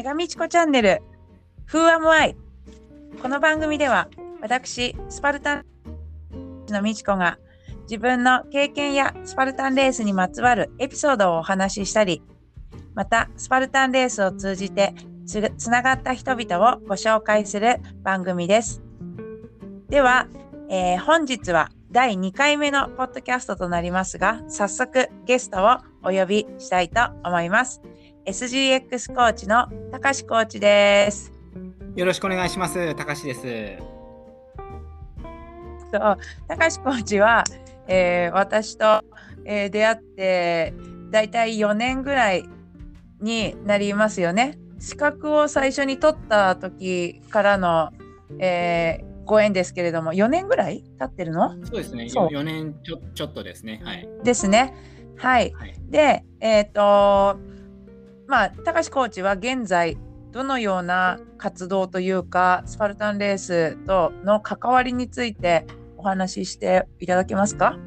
ガミチコチャンネル Who am I? この番組では私スパルタンのみちこが自分の経験やスパルタンレースにまつわるエピソードをお話ししたり、またスパルタンレースを通じてつながった人々をご紹介する番組です。では、本日は第2回目のポッドキャストとなりますが、早速ゲストをお呼びしたいと思います。SGX コーチのたかしコーチです。 よろしくお願いします。たかしです。 たかしコーチは、私と、出会ってだいたい4年ぐらいになりますよね。資格を最初に取った時からの、ご縁ですけれども、4年ぐらい経ってるの？ そうですね。4年ちょっとですね。はい。 ですね。はい。はい、で、たかしコーチは現在どのような活動というか、スパルタンレースとの関わりについてお話ししていただけますか？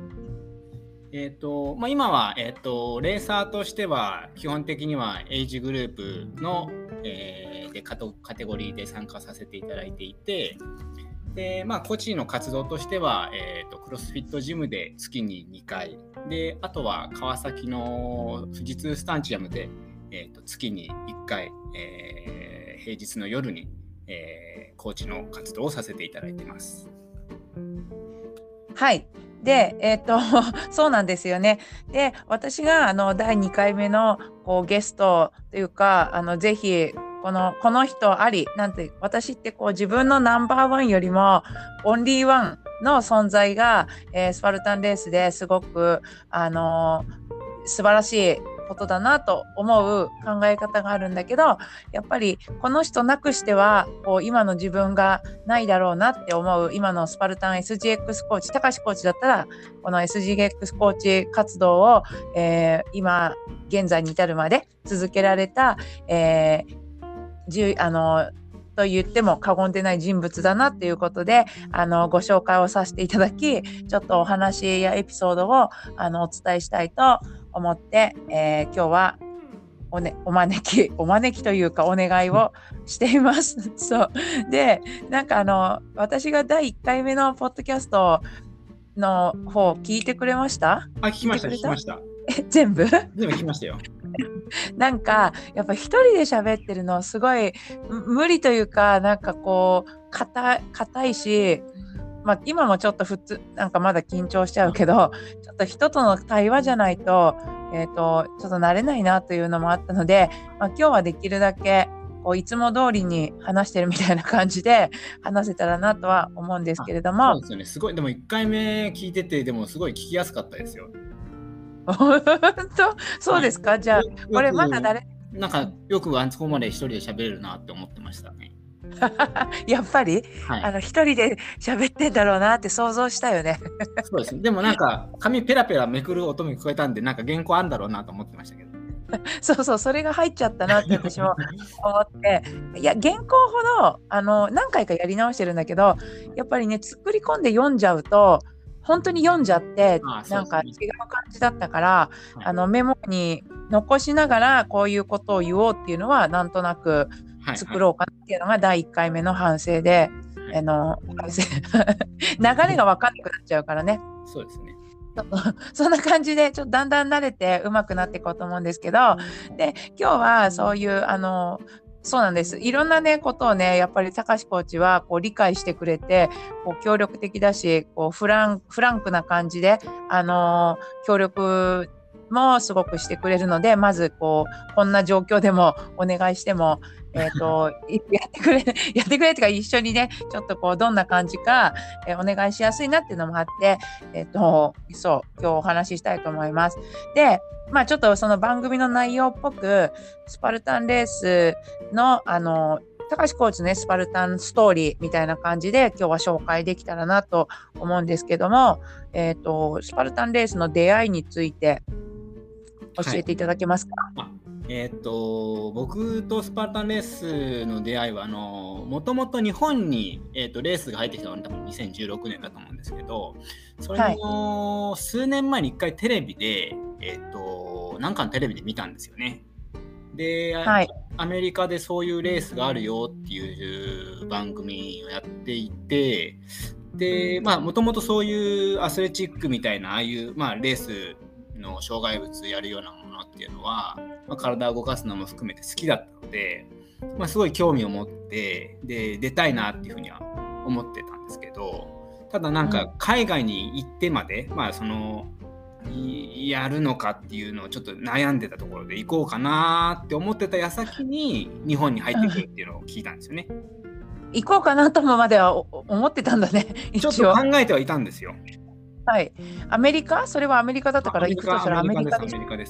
今は、レーサーとしては基本的にはエイジグループの、カテゴリーで参加させていただいていて、でコーチの活動としては、クロスフィットジムで月に2回で、あとは川崎の富士通スタンチアムで、月に1回、平日の夜に、コーチの活動をさせていただいています。 はい。で、そうなんですよね。で、私が第2回目のゲストというか、ぜひこの人ありなんて、私って自分のナンバーワンよりもオンリーワンの存在が、スパルタンレースですごく素晴らしいことだなと思う考え方があるんだけど、やっぱりこの人なくしては今の自分がないだろうなって思う今のスパルタン SGX コーチ、たかしコーチだったらこの SGX コーチ活動を、今現在に至るまで続けられた、と言っても過言でない人物だなっていうことでご紹介をさせていただき、ちょっとお話やエピソードをお伝えしたいと思って、今日はお招きというかお願いをしています。そうで、私が第1回目のポッドキャストの方聞いてくれました？ 聞きました。 全部聞きましたよ。 やっぱ一人で喋ってるのすごい無理というか、硬いし、今もちょっとまだ緊張しちゃうけど、ちょっと人との対話じゃないと、ちょっと慣れないなというのもあったので、今日はできるだけいつも通りに話してるみたいな感じで話せたらなとは思うんですけれども。 そうですよね。すごい、でも1回目聞いてて、でもすごい聞きやすかったですよ。 本当？そうですか？じゃあこれまだよくあそこまで一人で喋れるなって思ってましたね。 やっぱり、一人で喋ってんだろうなって想像したよね。 そうですね。でも紙ペラペラめくる音も聞こえたんで、原稿あんだろうなと思ってましたけど。 そう、それが入っちゃったなって私も思って、いや原稿ほど何回かやり直してるんだけど、やっぱりね作り込んで読んじゃうと本当に読んじゃって違う感じだったから、メモに残しながらこういうことを言おうっていうのはなんとなく作ろうかなっていうのが第1回目の反省で、流れが分かんなくなっちゃうからね。 そうですね。 そんな感じでちょっとだんだん慣れて上手くなっていこうと思うんですけど、で今日はそういうそうなんです。いろんなことをやっぱりたかしコーチは理解してくれて協力的だしフランクな感じで協力もすごくしてくれるので、まずこんな状況でもお願いしてもやってくれとか一緒にねちょっとどんな感じか、お願いしやすいなっていうのもあって、そう今日お話ししたいと思います。でちょっとその番組の内容っぽくスパルタンレースのたかしコーチのスパルタンストーリーみたいな感じで今日は紹介できたらなと思うんですけども、スパルタンレースの出会いについて教えていただけますか？ 僕とスパルタンレースの出会いはもともと日本に、レースが入ってきたのは多分2016年だと思うんですけど、それも数年前に1回テレビで、なんかのテレビで見たんですよね。 で、 はい。 アメリカでそういうレースがあるよっていう番組をやっていて、で、もともとそういうアスレチックみたいな、ああいう、レースの障害物やるようなものっていうのは、体を動かすのも含めて好きだったので、すごい興味を持って、で、出たいなっていうふうには思ってたんですけど、ただなんか海外に行ってまで、やるのかっていうのをちょっと悩んでたところで行こうかなって思ってた矢先に日本に入ってくるっていうのを聞いたんですよね。 行こうかなともまでは思ってたんだね、 ちょっ一応。 と考えてはいたんですよ。 はい。アメリカ？それはアメリカだったから、行くとしたらアメリカアでしメリカです。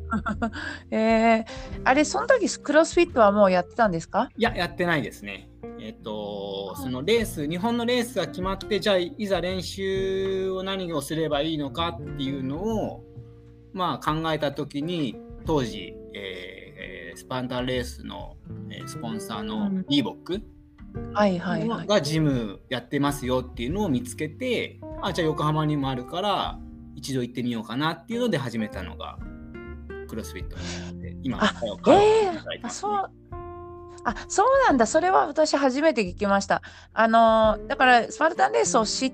あれ、その時クロスフィットはもうやってたんですか？ いや、やってないですね。そのレース、日本のレースが決まって、じゃあいざ練習を何をすればいいのかっていうのを、考えた時に、当時、スパンタンレースの、スポンサーのリーボック、 はいはいはい。 がジムやってますよっていうのを見つけて、じゃあ横浜にもあるから一度行ってみようかなっていうので始めたのがクロスフィットで、今そうなんだ。それは私初めて聞きました。だからスパルタンレースを知って、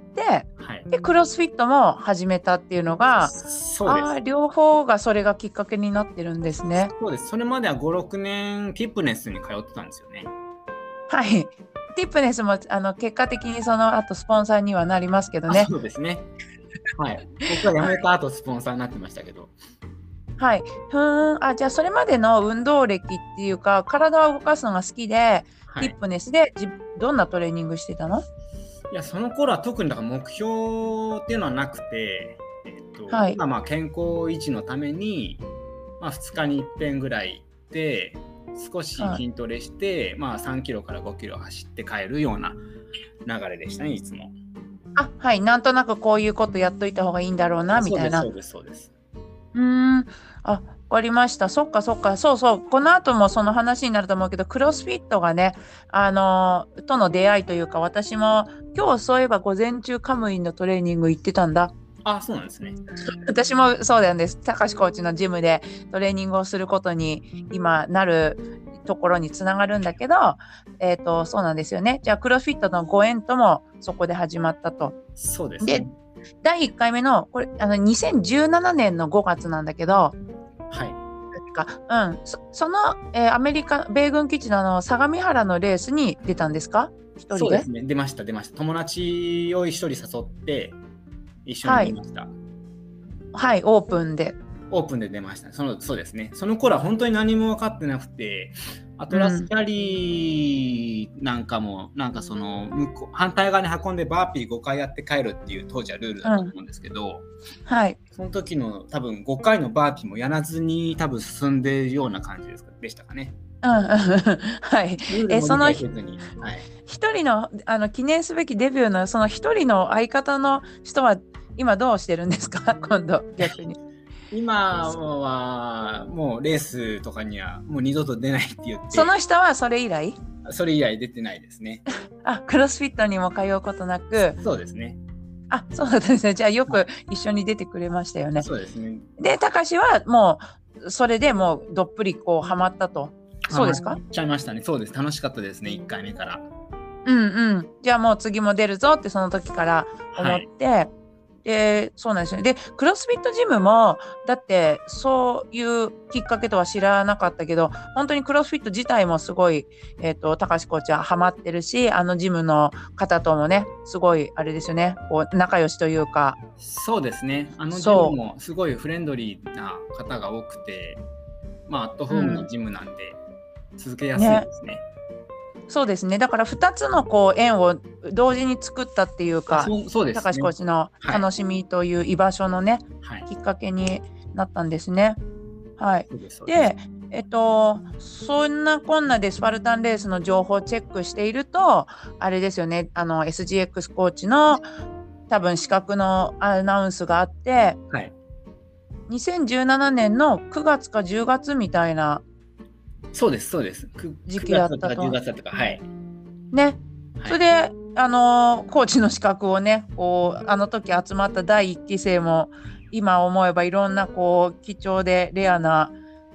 でクロスフィットも始めたっていうのが、両方がそれがきっかけになってるんですね。 そうです。それまでは5、6年フィットネスに通ってたんですよね。 はい。フィットネスも結果的にその後スポンサーにはなりますけどね。 そうですね。はい。僕は辞めた後スポンサーになってましたけど。 はい。じゃあそれまでの運動歴っていうか、体を動かすのが好きで、フィットネスでどんなトレーニングしてたの？ いや、その頃は特にだから目標っていうのはなくて、今健康維持のために、2日に1遍ぐらい行って、少し筋トレして、3キロから5キロ走って帰るような流れでしたね、いつも。 はい。なんとなくこういうことやっといた方がいいんだろうな、みたいな。 そうです、そうです。 わかりました。そっか。そうそう。この後もその話になると思うけど、クロスフィットがね、との出会いというか、私も今日そういえば午前中カムインのトレーニング行ってたんだ。 そうなんですね。 私もそうなんです。高橋コーチのジムでトレーニングをすることに今なるところにつながるんだけど、そうなんですよね。じゃあクロスフィットのご縁ともそこで始まったと。 そうですね。 で、第1回目のこれ2017年の5月なんだけど、その、アメリカ米軍基地の相模原のレースに出たんですか？一人で？ そうですね。出ました。友達を一人誘って一緒に出ました。 はい、オープンで出ました。そうですね。その頃は本当に何も分かってなくて、アトラスキャリーなんかも、その反対側に運んでバーピー5回やって帰るっていう当時はルールだと思うんですけど、その時の多分5回のバーピーもやらずに多分進んでいるような感じでしたかね。 はい。その一人の記念すべきデビューのその一人の相方の人は今どうしてるんですか？今度逆に。 今はもうレースとかにはもう二度と出ないって言って。 その人はそれ以来出てないですね。 クロスフィットにも通うことなく。 そうですね。 そうだったんですね。じゃあよく一緒に出てくれましたよね。 そうですね。 で、高橋はもうそれでもうどっぷりこうハマったと。そうですか？ ちゃいましたね。そうです。楽しかったですね。1回目から。 じゃあもう次も出るぞってその時から思って、そうなんですよね。で、クロスフィットジムもだってそういうきっかけとは知らなかったけど、本当にクロスフィット自体もすごい、高橋コーチはハマってるし、ジムの方ともね、すごいあれですよね、こう仲良しというか。 そうですね。ジムもすごいフレンドリーな方が多くて、アットホームのジムなんで続けやすいですね。 そうですね。だから2つのこう縁を同時に作ったっていうか、 そうですね、 高橋コーチの楽しみという居場所のね、きっかけになったんですね。はい。で、そんなこんなでスパルタンレースの情報をチェックしていると、あれですよね、SGX コーチの多分資格のアナウンスがあって、2017年の9月か10月みたいな。 そうです。 時期だったと。 10月だったか、 ね。それで、コーチの資格をね、こう、時集まった第1期生も、今思えばいろんな、こう、貴重でレアな、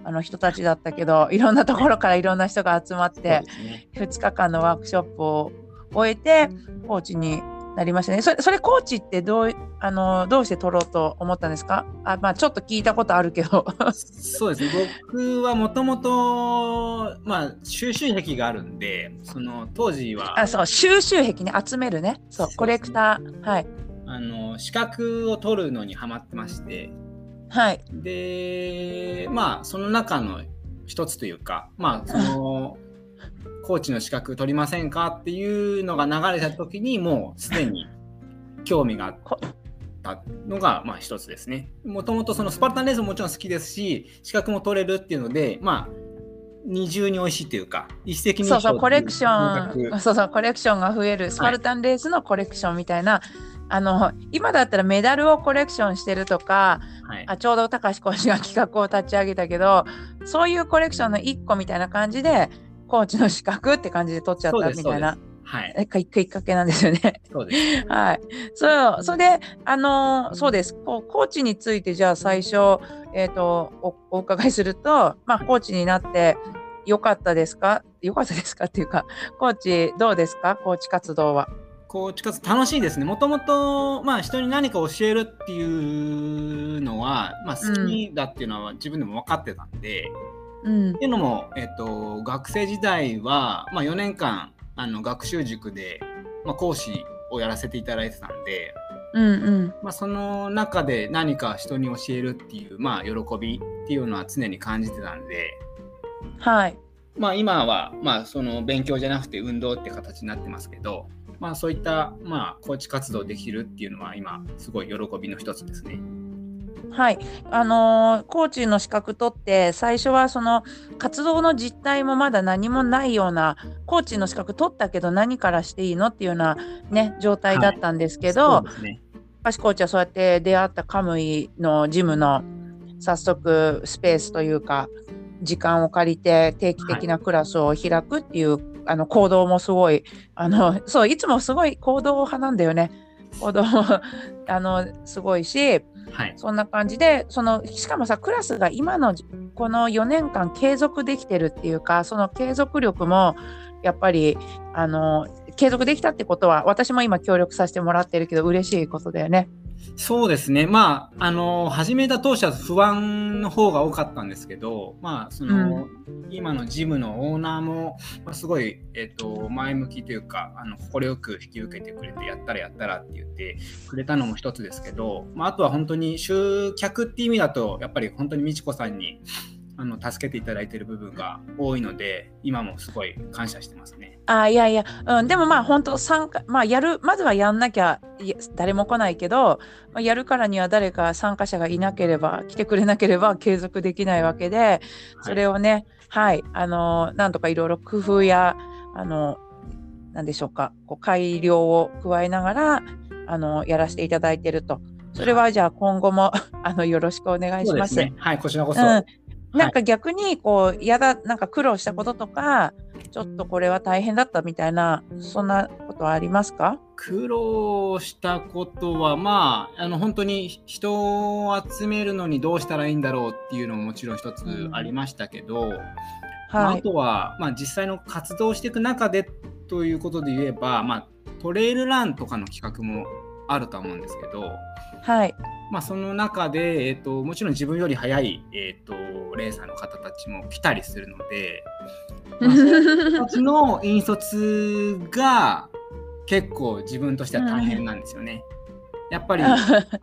人たちだったけど、いろんなところからいろんな人が集まっそうてですね。 2日間のワークショップを終えてコーチになりましたね。それコーチってどうして取ろうと思ったんですか？ちょっと聞いたことあるけど。 そうですね。僕はもともと収集癖があるんで、その当時はそう、収集癖ね、集めるね。そう、コレクター。はい。 資格を取るのにハマってまして、 はい。 で、その中の一つというか、そのコーチの資格取りませんかっていうのが流れた時に、もうすでに興味があったのが一つですね。もともとそのスパルタンレースももちろん好きですし、資格も取れるっていうので、二重に美味しいというか、一石二鳥。 そう、コレクション、そう、コレクションが増える、スパルタンレースのコレクションみたいな、今だったらメダルをコレクションしてるとか、ちょうど高橋コーチが企画を立ち上げたけど、そういうコレクションの1個みたいな感じで、コーチの資格って感じで取っちゃったみたいな、きっかけなんですよね。 そうです。 はい。それで、そうです。コーチについて、じゃあ最初、お伺いすると、コーチになってよかったですかっていうか、コーチどうですか？コーチ活動は。 コーチ活動楽しいですね。もともと人に何か教えるっていうのは、好きだっていうのは自分でも分かってたんで、っていうのも、学生時代は、4年間学習塾で、講師をやらせていただいてたんで、その中で何か人に教えるっていう、喜びっていうのは常に感じてたんで、 はい。 今は、その勉強じゃなくて運動って形になってますけど、そういった、コーチ活動できるっていうのは今すごい喜びの一つですね。 はい。コーチの資格取って最初はその活動の実態もまだ何もないような、コーチの資格取ったけど何からしていいのっていうようなね状態だったんですけど、高橋コーチはそうやって出会ったカムイのジムの早速スペースというか時間を借りて定期的なクラスを開くっていう、行動もすごいそういつもすごい行動派なんだよね。行動もすごいし、そんな感じでしかもさ、クラスが今のこの4年間継続できてるっていうか、その継続力もやっぱり継続できたってことは、私も今協力させてもらってるけど嬉しいことだよね。 そうですね。始めた当初は不安の方が多かったんですけど、今のジムのオーナーも、すごい、前向きというか、快く引き受けてくれて、やったらって言ってくれたのも一つですけど、あとは本当に集客っていう意味だと、やっぱり本当に美智子さんに助けていただいている部分が多いので、今もすごい感謝してますね。 でも本当まずはやんなきゃ誰も来ないけど、やるからには誰か参加者がいなければ、来てくれなければ継続できないわけで、それをね、なんとかいろいろ工夫や何でしょうか、改良を加えながらやらせていただいていると。それはじゃあ今後もよろしくお願いします。 そうですね。はい、こちらこそ。 なんか逆になんか苦労したこととか、ちょっとこれは大変だったみたいな、そんなことはありますか？ 苦労したことは本当に人を集めるのにどうしたらいいんだろうっていうのももちろん一つありましたけど、あとは実際の活動していく中でということで言えば、トレイルランとかの企画もあると思うんですけど、その中で、もちろん自分より速い、レーサーの方たちも来たりするので、そっちの引率が結構自分としては大変なんですよね。やっぱり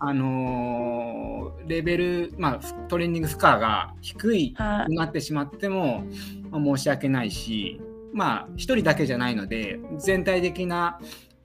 レベル、トレーニング負荷が低いくなってしまっても、申し訳ないし、一人だけじゃないので全体的な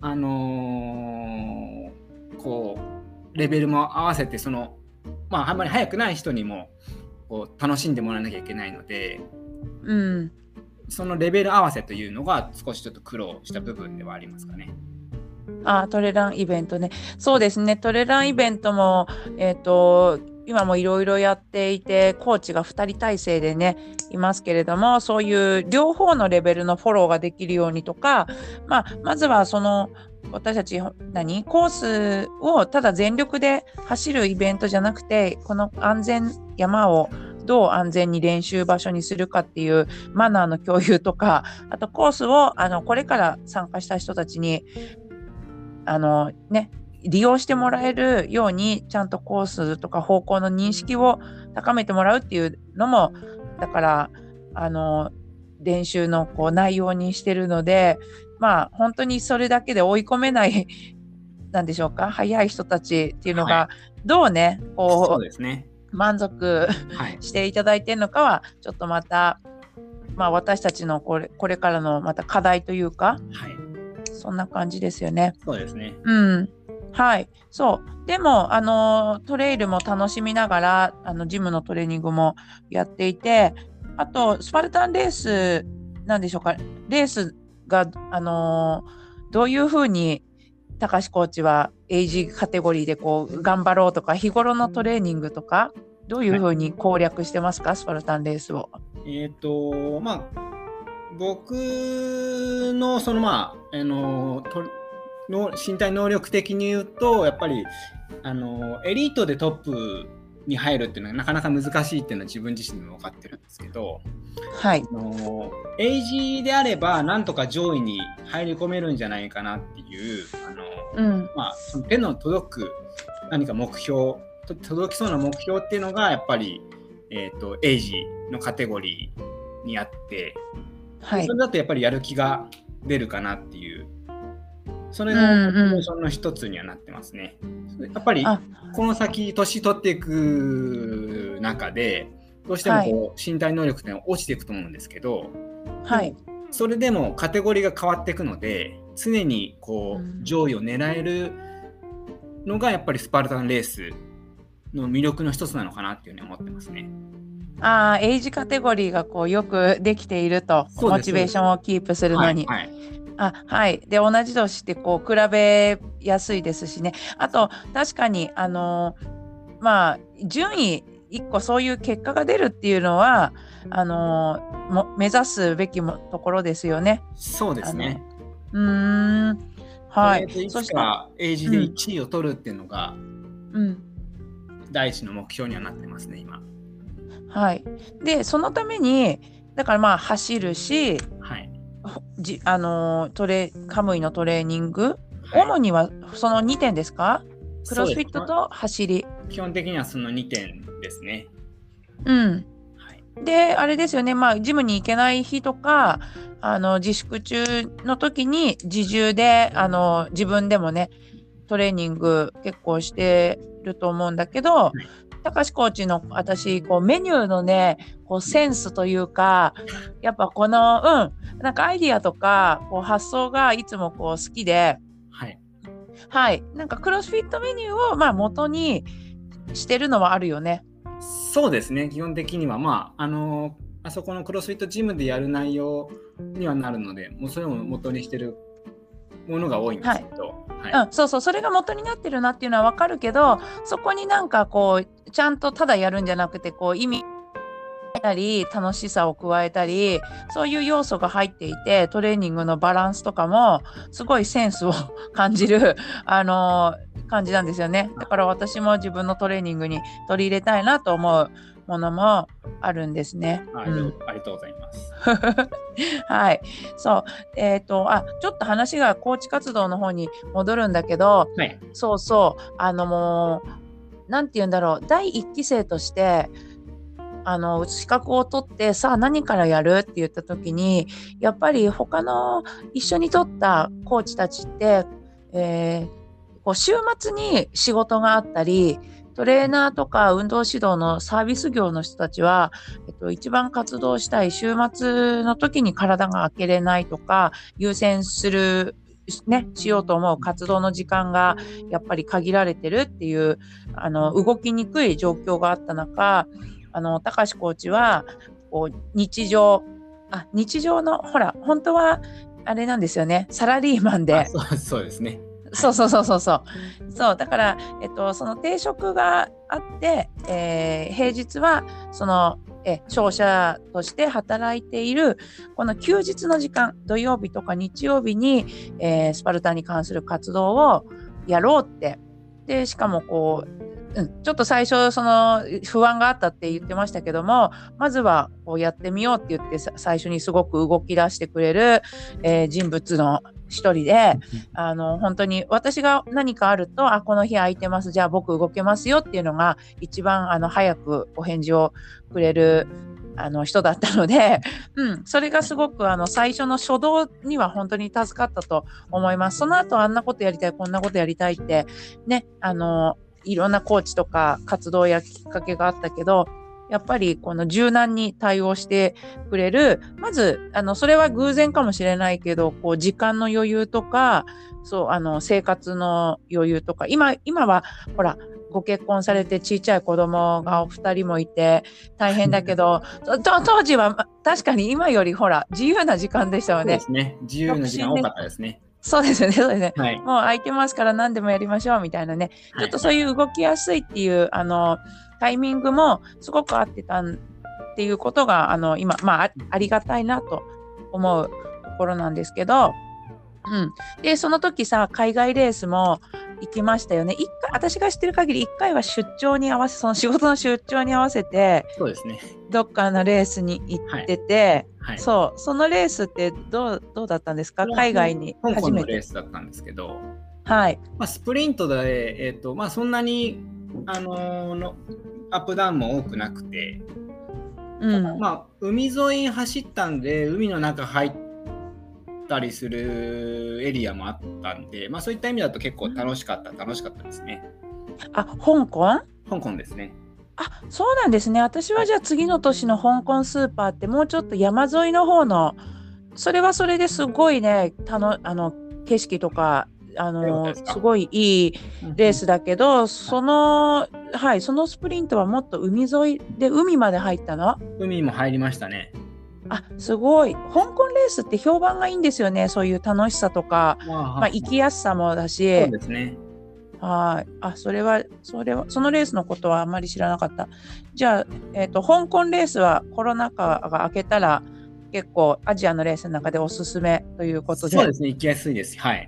レベルも合わせてあんまり速くない人にも楽しんでもらわなきゃいけないので、そのレベル合わせというのが少しちょっと苦労した部分ではありますかね。 トレランイベントね。そうですね。トレランイベントも、今もいろいろやっていて、コーチが2人体制でねいますけれども、そういう両方のレベルのフォローができるようにとか、まずは私たちコースをただ全力で走るイベントじゃなくて、この安全山をどう安全に練習場所にするかっていうマナーの共有とか、あとコースをこれから参加した人たちに利用してもらえるようにちゃんとコースとか方向の認識を高めてもらうっていうのも、だから練習の内容にしてるので、本当にそれだけで追い込めないなんでしょうか、速い人たちっていうのがどうね、 そうですね、 満足していただいているのかはちょっとまた、私たちのこれからのまた課題というか、そんな感じですよね。 そうですね。 はい。そう。でもトレイルも楽しみながらジムのトレーニングもやっていて、あとスパルタンレースなんでしょうか、レースがどういうふうに高橋コーチはエイジカテゴリーで頑張ろうとか、日頃のトレーニングとかどういうふうに攻略してますか、スパルタンレースを。 僕の身体能力的に言うと、やっぱりエリートでトップに入るっていうのはなかなか難しいっていうのは自分自身でも分かってるんですけど、エイジであればなんとか上位に入り込めるんじゃないかなっていうその手の届く何か目標、届きそうな目標っていうのがやっぱり、エイジのカテゴリーにあって、それだとやっぱりやる気が出るかなっていう、それがモチベーションの一つにはなってますね。やっぱりこの先年取っていく中でどうしても身体能力って落ちていくと思うんですけど、それでもカテゴリーが変わっていくので、常に上位を狙えるのがやっぱりスパルタンレースの魅力の一つなのかなっていうふうに思ってますね。 エイジカテゴリーがよくできていると、モチベーションをキープするのに。で、同じ年って比べやすいですしね。あと確かに順位1個そういう結果が出るっていうのは目指すべきところですよね。 そうですね。いつかエイジで1位を取るっていうのが、第一の目標にはなってますね、今。でそのためにだから走るし、カムイのトレーニング、主にはその2点ですか？クロスフィットと走り。 基本的にはその2点ですね。 であれですよね、ジムに行けない日とか自粛中の時に自重で自分でもねトレーニング結構してると思うんだけど、高橋コーチの私メニューのねセンスというか、やっぱなんかアイディアとか発想がいつも好きで、なんかクロスフィットメニューを元にしてるのはあるよね。 そうですね、基本的にはあそこのクロスフィットジムでやる内容にはなるので、もうそれも元にしてるものが多いんですけど、 それが元になってるなっていうのは分かるけど、そこになんかちゃんとただやるんじゃなくて意味たり楽しさを加えたり、そういう要素が入っていて、トレーニングのバランスとかもすごいセンスを感じる感じなんですよね。だから私も自分のトレーニングに取り入れたいなと思うものもあるんですね。 ありがとうございます。 ちょっと話がコーチ活動の方に戻るんだけど、なんて言うんだろう、第1期生として資格を取ってさあ何からやるって言った時に、やっぱり他の一緒に取ったコーチたちって、週末に仕事があったり、トレーナーとか運動指導のサービス業の人たちは、一番活動したい週末の時に体が空けれないとか、優先するしようと思う活動の時間がやっぱり限られてるっていう動きにくい状況があった中、高橋コーチは日常の本当はあれなんですよね、サラリーマンで。 そうですね。 そうだから、その定職があって、平日はその商社として働いているこの休日の時間、土曜日とか日曜日に、スパルタに関する活動をやろうって。でしかもちょっと最初その不安があったって言ってましたけども、まずはこうやってみようって言って最初にすごく動き出してくれる、人物の一人で、本当に私が何かあると、この日空いてます、じゃあ僕動けますよっていうのが一番早くお返事をくれる人だったので、それがすごく最初の初動には本当に助かったと思います。その後あんなことやりたいこんなことやりたいってね、いろんなコーチとか活動やきっかけがあったけど、やっぱりこの柔軟に対応してくれる、まずそれは偶然かもしれないけど、こう時間の余裕とか、そう生活の余裕とか、今はほらご結婚されてちっちゃい子供がお二人もいて大変だけど当時は確かに今よりほら自由な時間でしたよね。 そうですね。自由な時間多かったですね。 そうですよね、そうですね。 はい、 もう空いてますから何でもやりましょうみたいなね、ちょっとそういう動きやすいっていうタイミングもすごく合ってたっていうことが今、ありがたいなと思うところなんですけど、でその時さ海外レースも行きましたよね。私が知ってる限り1回は出張に合わせ、その仕事の出張に合わせてそうですね。 どっかのレースに行ってて、そのレースってどうだったんですか？海外に初めて。香港のレーススだったんですけど、スプリントで、そんなに、アップダウンも多くなくて、海沿い走ったんで海の中入ったりするエリアもあったんで、そういった意味だと結構楽しかったですね。 香港ですね。 そうなんですね。私はじゃあ次の年の香港スーパーってもうちょっと山沿いの方の、それはそれですごいね、景色とかすごいいいレースだけど、そのスプリントはもっと海沿いで海まで入ったの？ 海も入りましたね。 すごい。香港レースって評判がいいんですよね。そういう楽しさとか、行きやすさもだし。 そうですね。 そのレースのことはあまり知らなかった。じゃあ、香港レースはコロナ禍が明けたら結構アジアのレースの中でおすすめということで。 そうですね、行きやすいです。はい。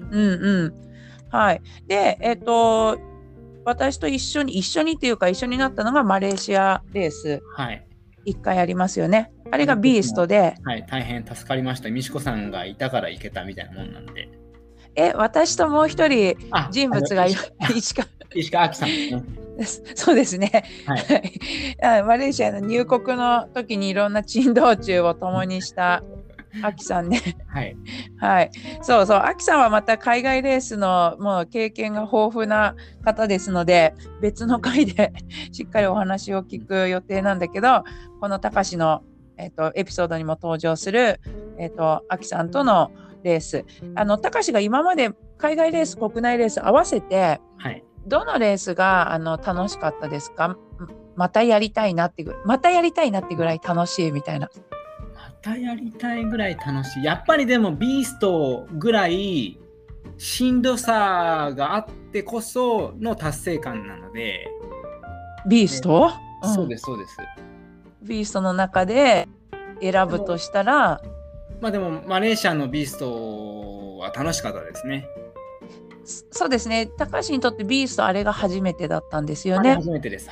で、私と一緒にっていうか一緒になったのがマレーシアレース。1回ありますよね。あれがビーストで。 大変助かりました。美智子さんがいたから行けたみたいなもんなんで。 私ともう一人人物が石川亜紀さんですね。そうですね。マレーシアの入国の時にいろんな珍道中を共にした亜紀さんね。そう亜紀さんはまた海外レースのもう経験が豊富な方ですので、別の回でしっかりお話を聞く予定なんだけど、このたかしの、エピソードにも登場する亜紀さんとのレース、たかしが今まで海外レース国内レース合わせて、どのレースが楽しかったですか？またやりたいなってぐらい楽しいみたいな。 またやりたいぐらい楽しい。やっぱりでもビーストぐらいしんどさがあってこその達成感なので。 ビースト？ そうです。 ビーストの中で選ぶとしたら、 でもマレーシアのビーストは楽しかったですね。 そうですね。高橋にとってビーストあれが初めてだったんですよね。 初めてです。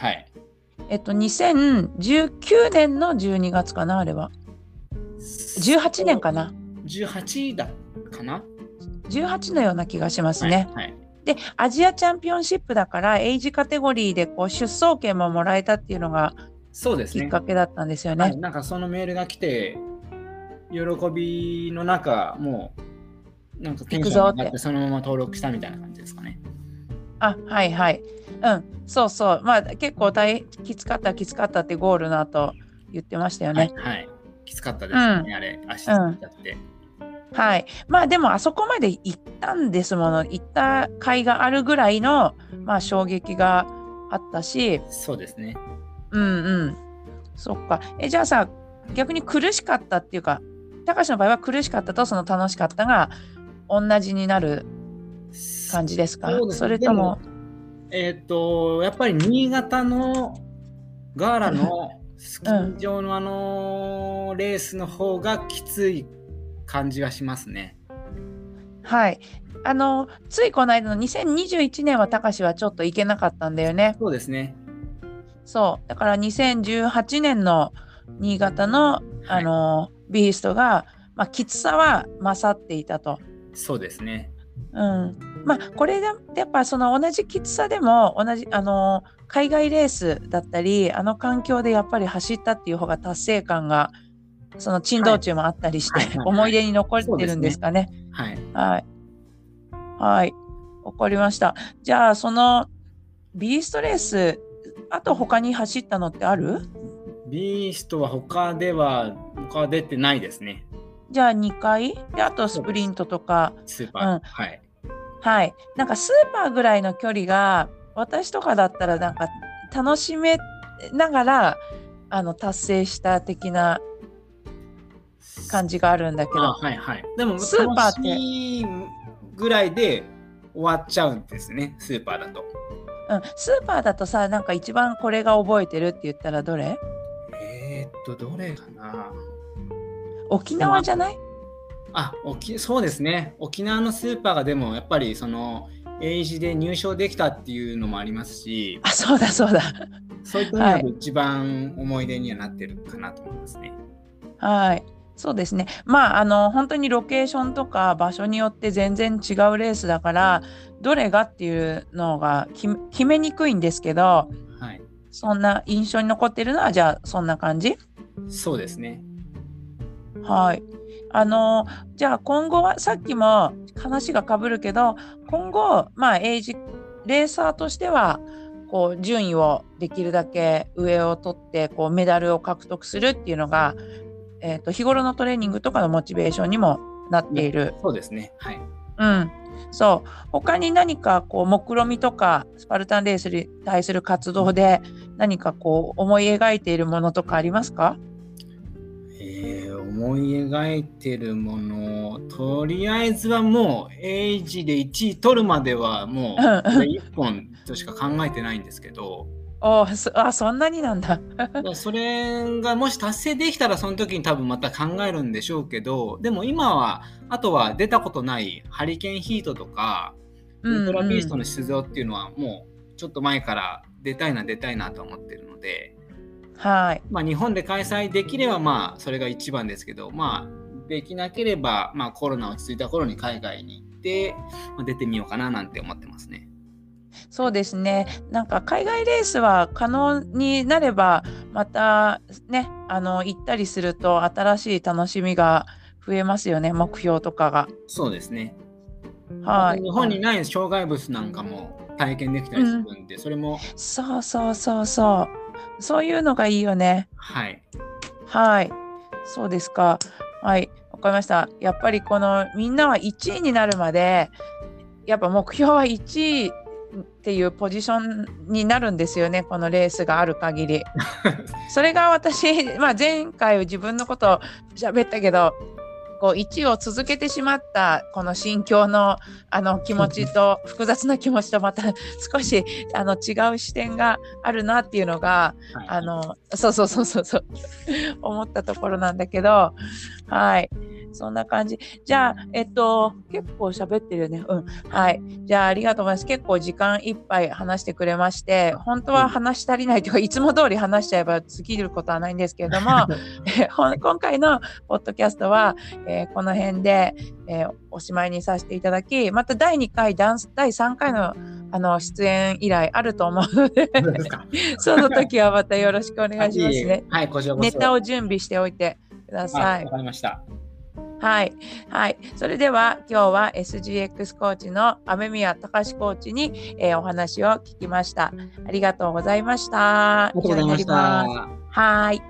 2019年の12月かな、あれは。18年かな。 18だかな。 18のような気がしますね。で、アジアチャンピオンシップだからエイジカテゴリーでこう出走権ももらえたっていうのがきっかけだったんですよね。 なんかそのメールが来て喜びの中、もうなんかテンション上がってそのまま登録したみたいな感じですかね。 そう結構きつかったってゴールの後言ってましたよね。 きつかったですね、あれ足ついちゃって。 でもあそこまで行ったんですもの。行った甲斐があるぐらいの衝撃があったし。 そうですね。 そっか。じゃあさ、逆に苦しかったっていうか、高橋の場合は苦しかったとその楽しかったが同じになる感じですか？それともやっぱり新潟のガーラのスキー場のレースの方がきつい感じはしますね。 ついこの間の2021年はたかしはちょっと行けなかったんだよね。 そうですね。 そう。だから2018年の新潟の、ビーストが、きつさは勝っていたと。 そうですね。 これでやっぱその同じきつさでも同じ海外レースだったり環境でやっぱり走ったっていう方が達成感がその珍道中もあったりして、思い出に残ってるんですかね。はい、わかりました。じゃあそのビーストレースあと他に走ったのってある？ ビーストは他は出てないですね。 じゃあ2回で、あとスプリントとかスーパー、 はい。なんかスーパーぐらいの距離が私とかだったらなんか楽しめながら達成した的な感じがあるんだけど、 でもスーパーってぐらいで終わっちゃうんですね、スーパーだと。 スーパーだとさ、なんか一番これが覚えてるって言ったらどれ？ どれかな。 沖縄じゃない？ そうですね。沖縄のスーパーがでもやっぱりその英字で入賞できたっていうのもありますし、 そうだそうだ。 そういった意味で一番思い出にはなってるかなと思いますね。 はい。そうですね。本当にロケーションとか場所によって全然違うレースだから、どれがっていうのが決めにくいんですけど、そんな印象に残ってるのはじゃあそんな感じ？ そうですね。 はい。じゃあ今後はさっきも話がかぶるけど、今後エイジレーサーとしてはこう順位をできるだけ上を取ってこうメダルを獲得するっていうのが、日頃のトレーニングとかのモチベーションにもなっている。 そうですね。 そう。他に何かこう目論見とかスパルタンレースに対する活動で何かこう思い描いているものとかありますか？ 思い描いてるもの、とりあえずはもうエイジで1位取るまではもう1本としか考えてないんですけどそんなになんだ。 それがもし達成できたらその時に多分また考えるんでしょうけど、でも今はあとは出たことないハリケーンヒートとかウルトラビーストの出場っていうのはもうちょっと前から出たいなと思ってるので、日本で開催できればそれが一番ですけど、できなければコロナ落ち着いた頃に海外に行って、出てみようかななんて思ってますね。 そうですね。なんか海外レースは可能になればまたね行ったりすると新しい楽しみが増えますよね、目標とかが。 そうですね。日本にない障害物なんかも体験できたりするんで、それもそういうのがいいよね。そうですか。わかりました。やっぱりこのみんなは1位になるまでやっぱ目標は1位っていうポジションになるんですよね、このレースがある限り。それが私、前回自分のこと喋ったけどこう1位を続けてしまったこの心境の気持ちと複雑な気持ちとまた少し違う視点があるなっていうのが、そう思ったところなんだけど、そんな感じ。じゃあ結構喋ってるよね。じゃあありがとうございます。結構時間いっぱい話してくれまして、本当は話し足りないというかいつも通り話しちゃえば尽きることはないんですけれども今回のポッドキャストはこの辺で、おしまいにさせていただき、また第2回第3回の出演依頼あると思うのでその時はまたよろしくお願いしますね。 こちらこそネタを準備しておいてください。 わかりました。 それでは今日は SGX コーチの雨宮隆コーチに、お話を聞きました。ありがとうございました。 ありがとうございました。